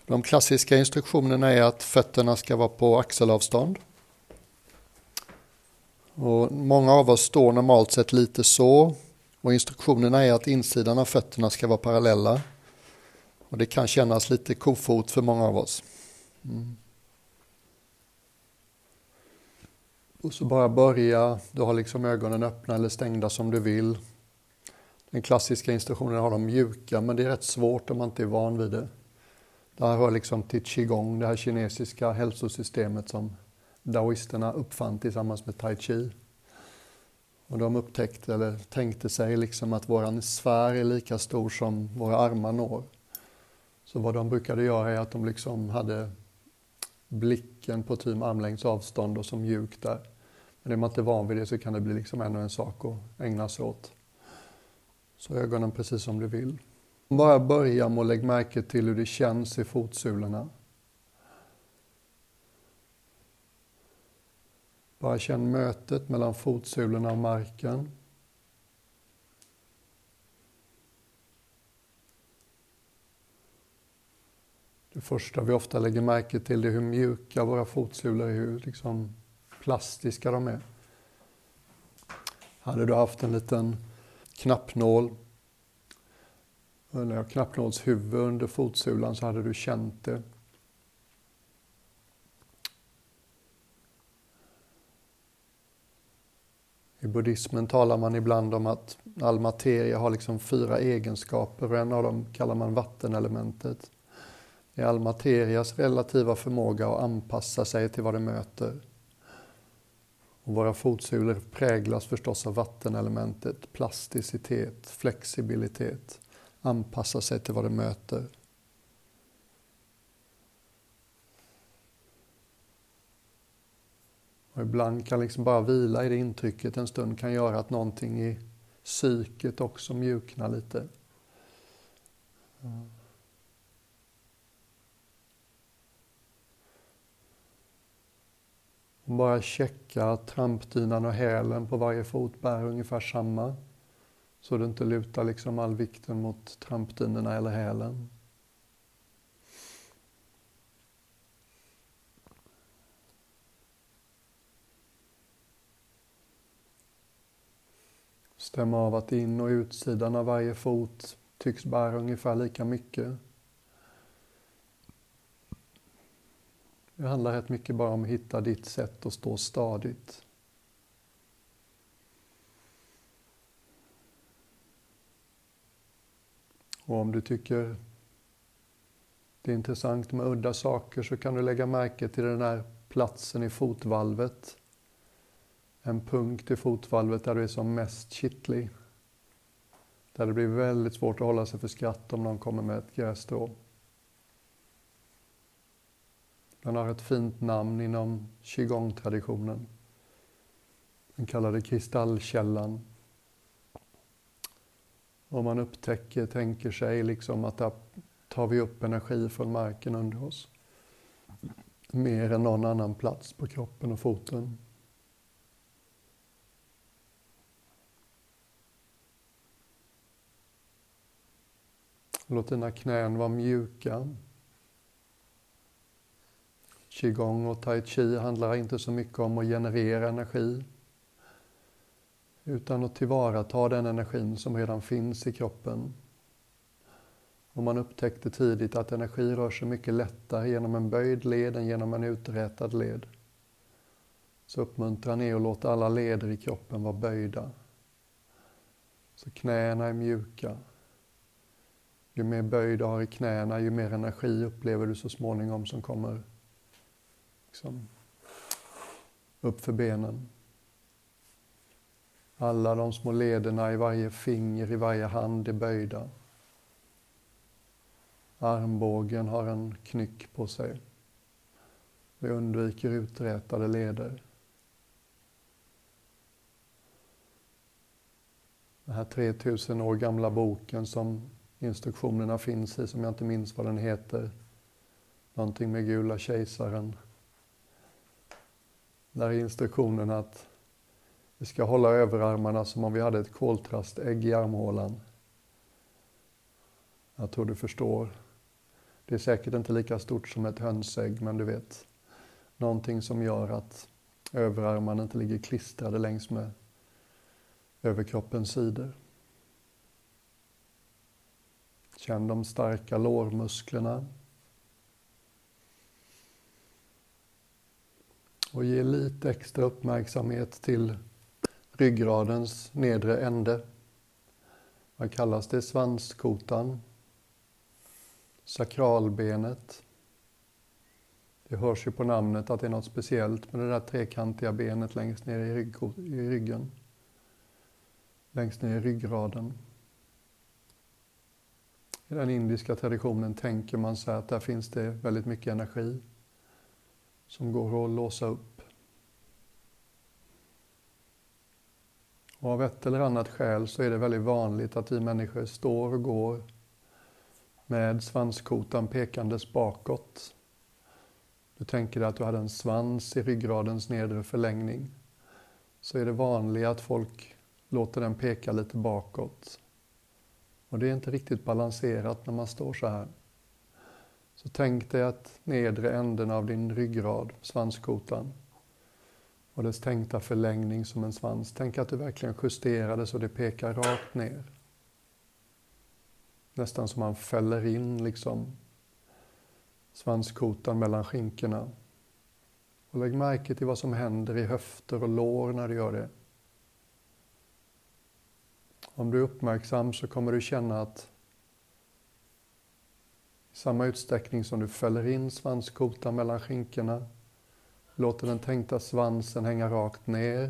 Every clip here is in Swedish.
De klassiska instruktionerna är att fötterna ska vara på axelavstånd. Och många av oss står normalt sett lite så. Och instruktionerna är att insidan av fötterna ska vara parallella. Och det kan kännas lite kofot för många av oss. Och så bara börja, du har liksom ögonen öppna eller stängda som du vill. Den klassiska instruktionen har de mjuka, men det är rätt svårt om man inte är van vid det. Det här hör liksom till qigong, det här kinesiska hälsosystemet som daoisterna uppfann tillsammans med tai chi. Och de upptäckte eller tänkte sig liksom att våran sfär är lika stor som våra armar når. Så vad de brukade göra är att de liksom hade blicken på typ armlängds avstånd och så mjukt där. Men är man inte van vid det så kan det bli liksom ännu en sak att ägna sig åt. Så ögonen precis som du vill. Bara börja med att lägga märke till hur det känns i fotsulorna. Bara känn mötet mellan fotsulorna och marken. Det första vi ofta lägger märke till är hur mjuka våra fotsulor är, hur liksom plastiska de är. Hade du haft en liten knappnål, eller knappnålshuvud under fotsulan så hade du känt det. I buddhismen talar man ibland om att all materia har liksom 4 egenskaper och en av dem kallar man vattenelementet. Det är all materias relativa förmåga att anpassa sig till vad det möter. Och våra fotsulor präglas förstås av vattenelementet, plasticitet, flexibilitet, anpassa sig till vad det möter. Och ibland kan liksom bara vila i det intrycket en stund kan göra att någonting i psyket också mjuknar lite. Och bara checka att trampdynan och hälen på varje fot bär ungefär samma. Så du inte lutar liksom all vikten mot trampdynorna eller hälen. Stäm av att in- och utsidan av varje fot tycks bära ungefär lika mycket. Det handlar rätt mycket bara om att hitta ditt sätt att stå stadigt. Och om du tycker det är intressant med udda saker så kan du lägga märke till den här platsen i fotvalvet. En punkt i fotvalvet där du är som mest kittlig. Där det blir väldigt svårt att hålla sig för skratt om någon kommer med ett grässtrå. Den har ett fint namn inom qigong-traditionen. Den kallar det kristallkällan. Och man tänker sig liksom att där tar vi upp energi från marken under oss. Mer än någon annan plats på kroppen och foten. Låt dina knän vara mjuka. Qigong och tai chi handlar inte så mycket om att generera energi utan att tillvarata den energin som redan finns i kroppen. Och man upptäckte tidigt att energi rör sig mycket lättare genom en böjd led än genom en uträtad led. Så uppmuntran är att låta alla leder i kroppen vara böjda. Så knäna är mjuka. Ju mer böjd du har i knäna, ju mer energi upplever du så småningom som kommer liksom upp för benen. Alla de små lederna i varje finger, i varje hand är böjda. Armbågen har en knyck på sig. Vi undviker uträtade leder. Den här 3000 år gamla boken som instruktionerna finns i, som jag inte minns vad den heter. Någonting med gula kejsaren. Där är instruktionen att vi ska hålla överarmarna som om vi hade ett koltrastägg i armhålan. Jag tror du förstår. Det är säkert inte lika stort som ett hönsägg, men du vet, någonting som gör att överarmarna inte ligger klistrade längs med överkroppens sidor. Känn de starka lårmusklerna. Och ge lite extra uppmärksamhet till ryggradens nedre ände. Vad kallas det? Svanskotan. Sakralbenet. Det hörs ju på namnet att det är något speciellt med det där trekantiga benet längst ner i ryggen. Längst ner i ryggraden. I den indiska traditionen tänker man sig att där finns det väldigt mycket energi som går att låsa upp. Och av ett eller annat skäl så är det väldigt vanligt att vi människor står och går med svanskotan pekandes bakåt. Du tänker dig att du hade en svans i ryggradens nedre förlängning. Så är det vanligt att folk låter den peka lite bakåt. Och det är inte riktigt balanserat när man står så här. Så tänk dig att nedre änden av din ryggrad, svanskotan, och dess tänkta förlängning som en svans. Tänk att du verkligen justerar det så det pekar rakt ner. Nästan som man fäller in liksom svanskotan mellan skinkorna. Och lägg märke till vad som händer i höfter och lår när du gör det. Om du är uppmärksam så kommer du känna att i samma utsträckning som du fäller in svanskotan mellan skinkorna, låter den tänkta svansen hänga rakt ner.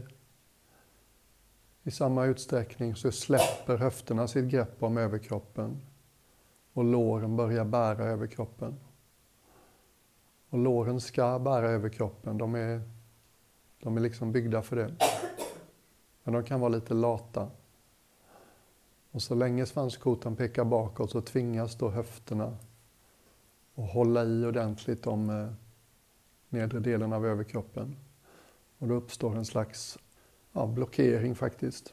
I samma utsträckning så släpper höfterna sitt grepp om överkroppen och låren börjar bära överkroppen. Och låren ska bära överkroppen, de är liksom byggda för det. Men de kan vara lite lata. Och så länge svanskotan pekar bakåt så tvingas då höfterna att hålla i ordentligt om nedre delen av överkroppen. Och då uppstår en slags blockering faktiskt.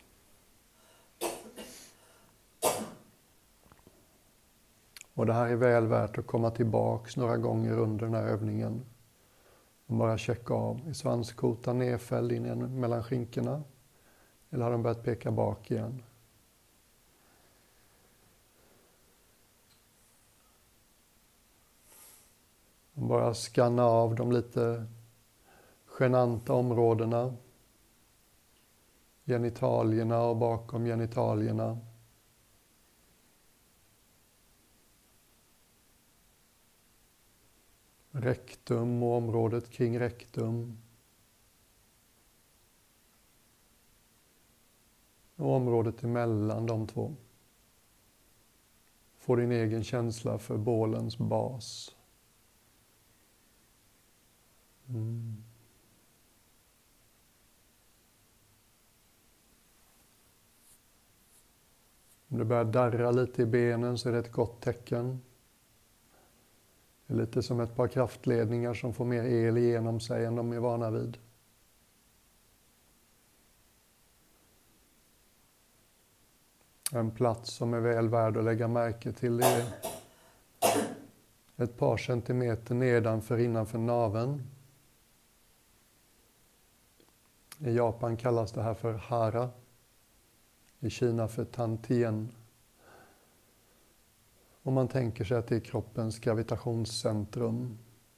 Och det här är väl värt att komma tillbaks några gånger under den här övningen. Och bara checka av. Är svanskotan nedfälld in mellan skinkorna? Eller har den börjat peka bak igen? Och bara skanna av de lite genanta områdena. Genitalierna och bakom genitalierna. Rektum och området kring rektum. Och området emellan de två. Få din egen känsla för bålens bas. Om det börjar darra lite i benen så är det ett gott tecken. Det är lite som ett par kraftledningar som får mer el igenom sig än de är vana vid. En plats som är väl värd att lägga märke till är ett par centimeter innanför naveln. I Japan kallas det här för hara. I Kina för tantien. Om man tänker sig att det är kroppens gravitationscentrum.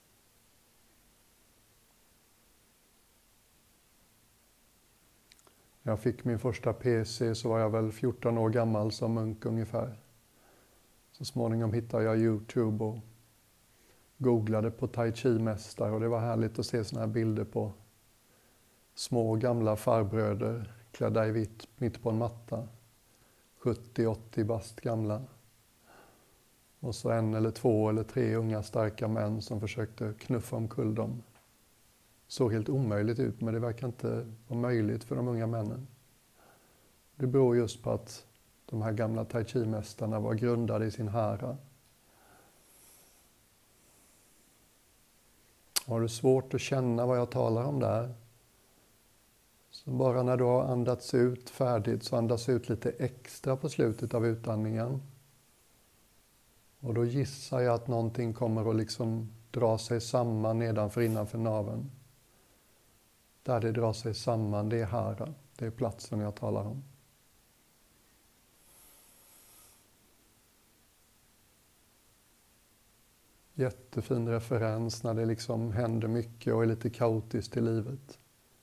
När jag fick min första PC så var jag väl 14 år gammal som munk ungefär. Så småningom hittade jag YouTube och googlade på tai chi-mästare och det var härligt att se såna här bilder på små gamla farbröder klädda i vitt mitt på en matta. 70-80 bast gamla. Och så 1 eller 2 eller 3 unga starka män som försökte knuffa omkull dem. Såg helt omöjligt ut, men det verkar inte vara möjligt för de unga männen. Det beror just på att de här gamla tai chi-mästarna var grundade i sin hara. Har du svårt att känna vad jag talar om där? Så bara när du har andats ut färdigt så andas ut lite extra på slutet av utandningen. Och då gissar jag att någonting kommer att liksom dra sig samman nedanför innanför naveln. Där det drar sig samman, det är här. Det är platsen jag talar om. Jättefin referens när det liksom händer mycket och är lite kaotiskt i livet.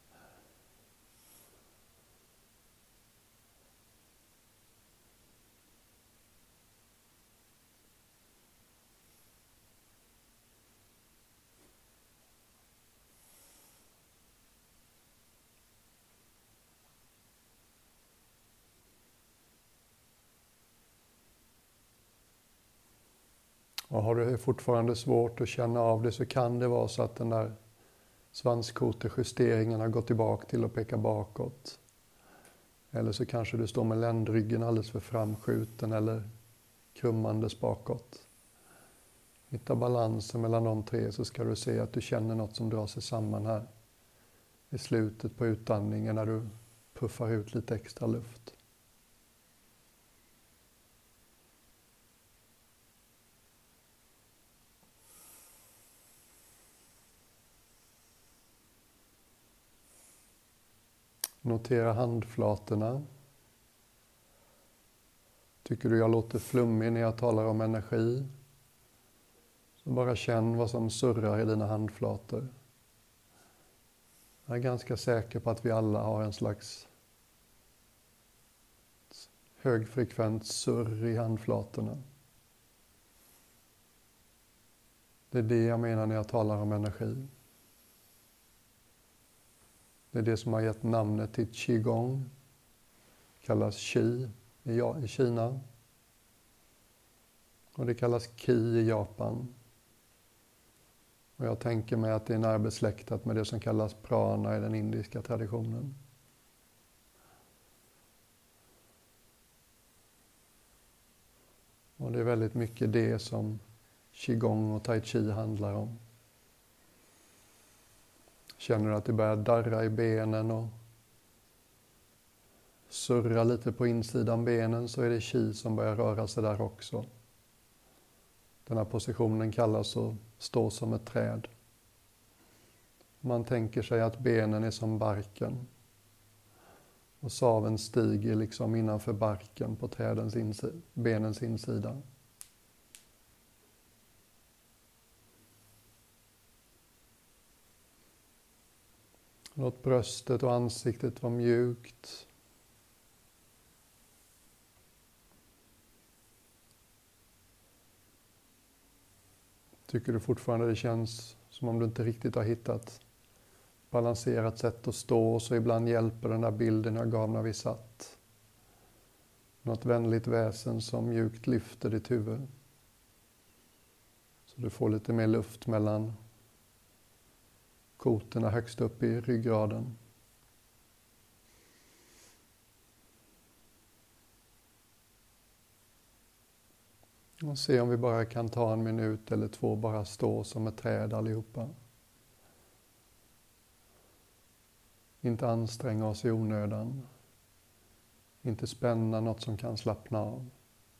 Och har du fortfarande svårt att känna av det så kan det vara så att den där svanskotejusteringen har gått tillbaka till att peka bakåt. Eller så kanske du står med ländryggen alldeles för framskjuten eller krummandes bakåt. Hitta balansen mellan de tre så ska du se att du känner något som drar sig samman här. I slutet på utandningen när du puffar ut lite extra luft. Notera handflatorna. Tycker du jag låter flummig när jag talar om energi? Så bara känn vad som surrar i dina handflator. Jag är ganska säker på att vi alla har en slags högfrekvent surr i handflatorna. Det är det jag menar när jag talar om energi. Det är det som har gett namnet till qigong. Kallas qi i Kina. Och det kallas ki i Japan. Och jag tänker mig att det är närbesläktat med det som kallas prana i den indiska traditionen. Och det är väldigt mycket det som qigong och tai chi handlar om. Känner du att det börjar darra i benen och surra lite på insidan benen så är det qi som börjar röra sig där också. Den här positionen kallas att stå som ett träd. Man tänker sig att benen är som barken. Och saven stiger liksom innanför barken på benens insida. Låt bröstet och ansiktet vara mjukt. Tycker du fortfarande det känns som om du inte riktigt har hittat balanserat sätt att stå, så ibland hjälper den där bilden jag gav när vi satt. Något vänligt väsen som mjukt lyfter ditt huvud. Så du får lite mer luft mellan kotorna högst upp i ryggraden. Och se om vi bara kan ta en minut eller två, bara stå som ett träd allihopa. Inte anstränga oss i onödan. Inte spänna något som kan slappna av.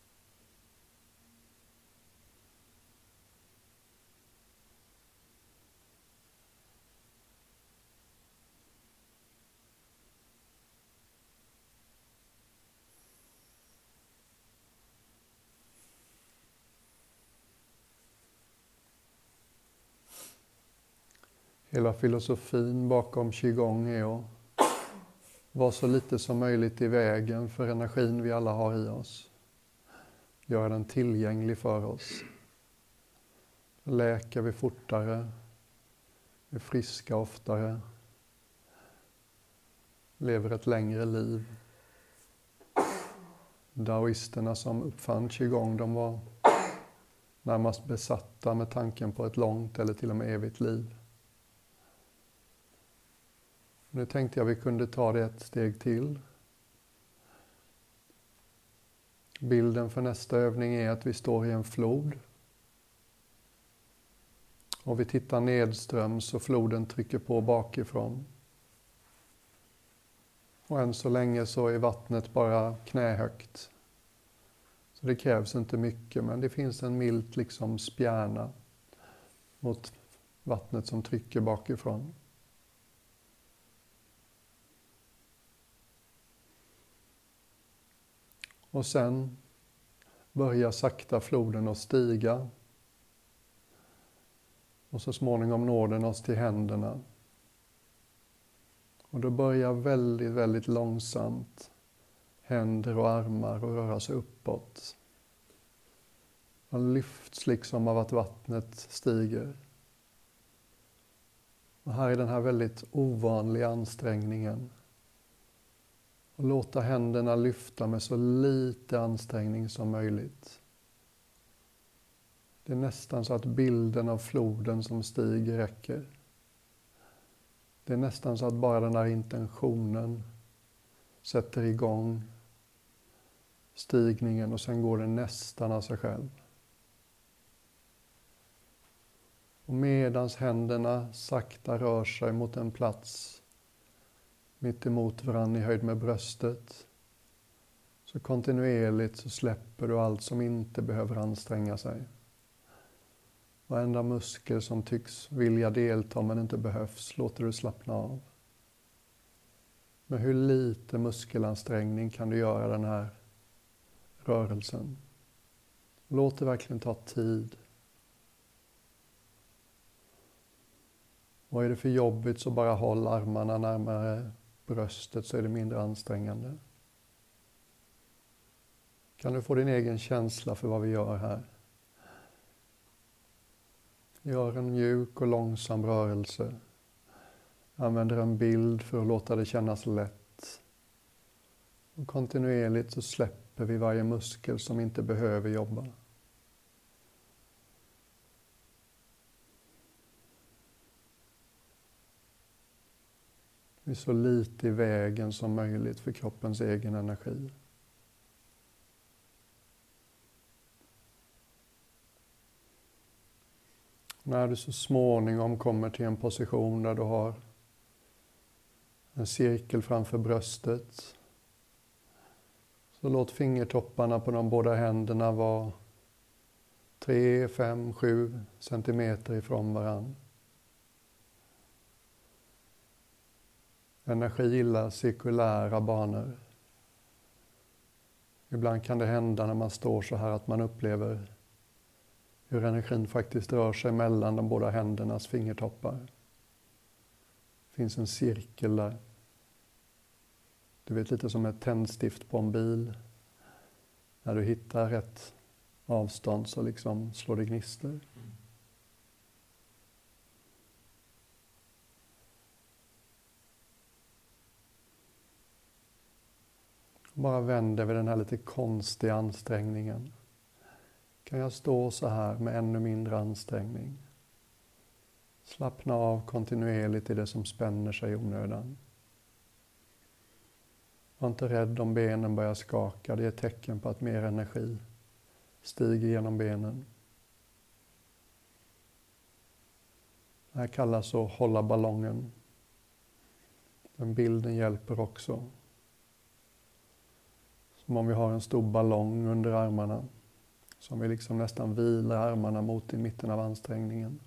Hela filosofin bakom qigong är att vara så lite som möjligt i vägen för energin vi alla har i oss. Göra den tillgänglig för oss. Då läker vi fortare, vi är friska oftare, lever ett längre liv. Daoisterna som uppfann qigong, de var närmast besatta med tanken på ett långt eller till och med evigt liv. Nu tänkte jag vi kunde ta det ett steg till. Bilden för nästa övning är att vi står i en flod. Och vi tittar nedströms och floden trycker på bakifrån. Och än så länge så är vattnet bara knähögt. Så det krävs inte mycket, men det finns en mild liksom spjärna mot vattnet som trycker bakifrån. Och sen börjar sakta floden att stiga. Och så småningom når den oss till händerna. Och då börjar väldigt, väldigt långsamt händer och armar att röra sig uppåt. Man lyfts liksom av att vattnet stiger. Och här är den här väldigt ovanliga ansträngningen. Och låta händerna lyfta med så lite ansträngning som möjligt. Det är nästan så att bilden av floden som stiger räcker. Det är nästan så att bara den här intentionen sätter igång stigningen och sen går det nästan av sig själv. Och medans händerna sakta rör sig mot en plats mitt emot varandra i höjd med bröstet, så kontinuerligt så släpper du allt som inte behöver anstränga sig. Varenda muskel som tycks vilja delta men inte behövs låter du slappna av. Med hur lite muskelansträngning kan du göra den här rörelsen? Låt det verkligen ta tid. Och är det för jobbigt så bara håll armarna närmare bröstet så är det mindre ansträngande. Kan du få din egen känsla för vad vi gör här? Gör en mjuk och långsam rörelse. Använder en bild för att låta det kännas lätt. Och kontinuerligt så släpper vi varje muskel som inte behöver jobba. Vi är så lite i vägen som möjligt för kroppens egen energi. När du så småningom kommer till en position där du har en cirkel framför bröstet, så låt fingertopparna på de båda händerna vara 3, 5, 7 centimeter ifrån varann. Energi gillar cirkulära banor. Ibland kan det hända när man står så här att man upplever hur energin faktiskt rör sig mellan de båda händernas fingertoppar. Det finns en cirkel där. Du vet, lite som ett tändstift på en bil. När du hittar rätt avstånd så liksom slår det gnistor. Bara vänder vi den här lite konstiga ansträngningen. Kan jag stå så här med ännu mindre ansträngning? Slappna av kontinuerligt i det som spänner sig i onödan. Var inte rädd om benen börjar skaka. Det är ett tecken på att mer energi stiger genom benen. Det här kallas att hålla ballongen. Den bilden hjälper också. Som om vi har en stor ballong under armarna. Som vi liksom nästan vilar armarna mot i mitten av ansträngningen.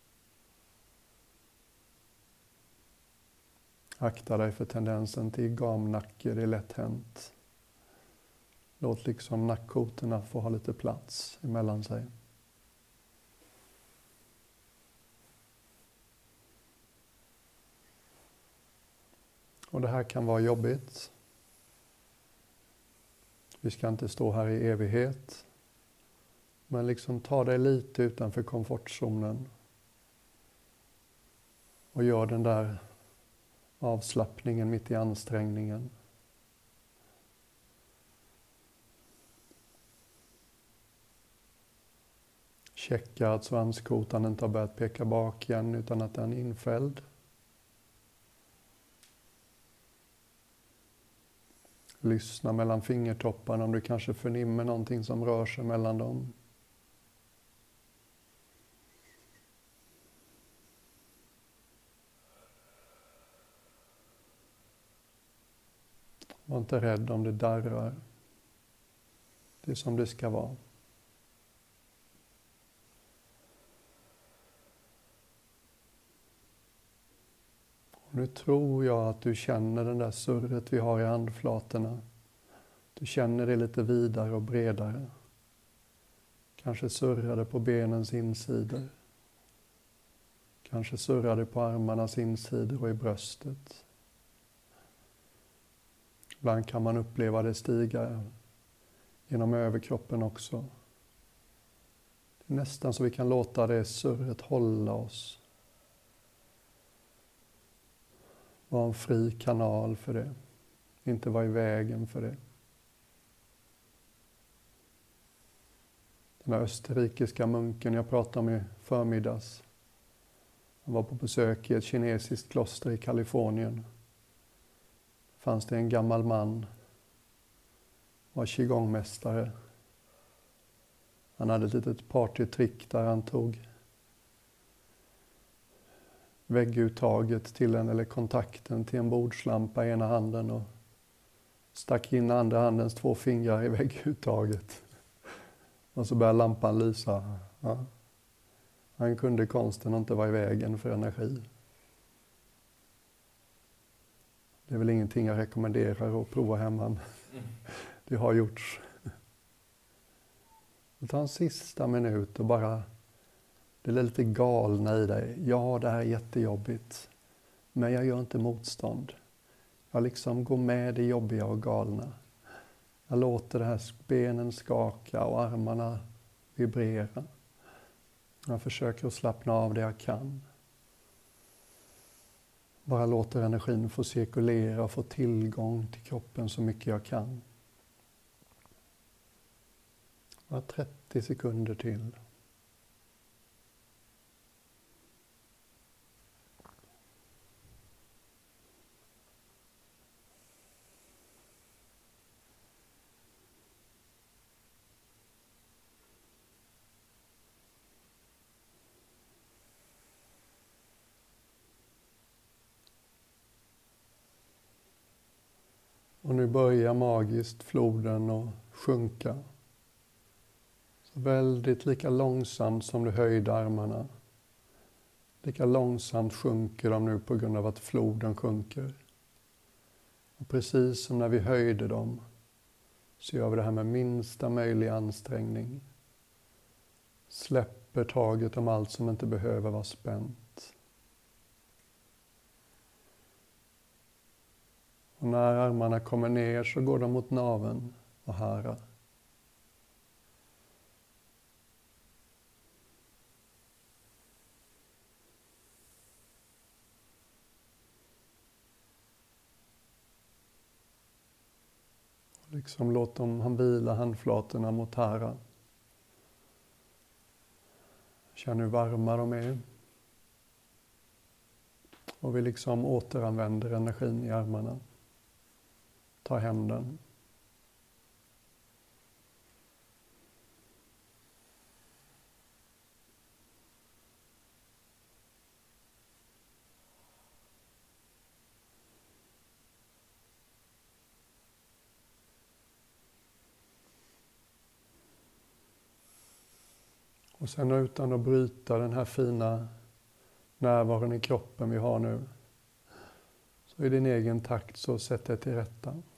Akta dig för tendensen till gamnacke, det är lätt hänt. Låt liksom nackkotorna få ha lite plats emellan sig. Och det här kan vara jobbigt. Vi ska inte stå här i evighet. Men liksom ta dig lite utanför komfortzonen. Och gör den där avslappningen mitt i ansträngningen. Checka att svanskotan inte har börjat peka bak igen utan att den är infälld. Lyssna mellan fingertopparna om du kanske förnimmer någonting som rör sig mellan dem. Var inte rädd om det darrar. Det är som det ska vara. Och nu tror jag att du känner den där surret vi har i handflatorna. Du känner det lite vidare och bredare. Kanske surrar det på benens insidor. Kanske surrar det på armarnas insidor och i bröstet. Ibland kan man uppleva det stiga genom överkroppen också. Det är nästan så vi kan låta det surret hålla oss. Vara en fri kanal för det. Inte vara i vägen för det. Den här österrikiska munken jag pratade om i förmiddags. Han var på besök i ett kinesiskt kloster i Kalifornien. Fanns det en gammal man. Var qigongmästare. Han hade ett litet partytrick där han tog vägguttaget till eller kontakten till en bordslampa i ena handen och stack in andra handens 2 fingrar i vägguttaget. Och så började lampan lysa. Ja. Han kunde konsten att inte vara i vägen för energi. Det är väl ingenting jag rekommenderar att prova hemma. Det har gjorts. Ta en sista minut och bara, det är lite galna i dig. Ja, det här är jättejobbigt. Men jag gör inte motstånd. Jag liksom går med det jobbiga och galna. Jag låter det här benen skaka och armarna vibrera. Jag försöker att slappna av det jag kan. Bara låter energin få cirkulera och få tillgång till kroppen så mycket jag kan. Bara 30 sekunder till. Och nu börjar magiskt floden att sjunka. Så väldigt lika långsamt som du höjde armarna. Lika långsamt sjunker de nu på grund av att floden sjunker. Och precis som när vi höjde dem så gör vi det här med minsta möjliga ansträngning. Släpper taget om allt som inte behöver vara spänt. Och när armarna kommer ner så går de mot naveln och hara. Liksom låt han vila handflatorna mot hara. Känn hur varma de är. Och vi liksom återanvänder energin i armarna. Ta hem den. Och sen utan att bryta den här fina närvaron i kroppen vi har nu. Så i din egen takt så sätt dig till rätta.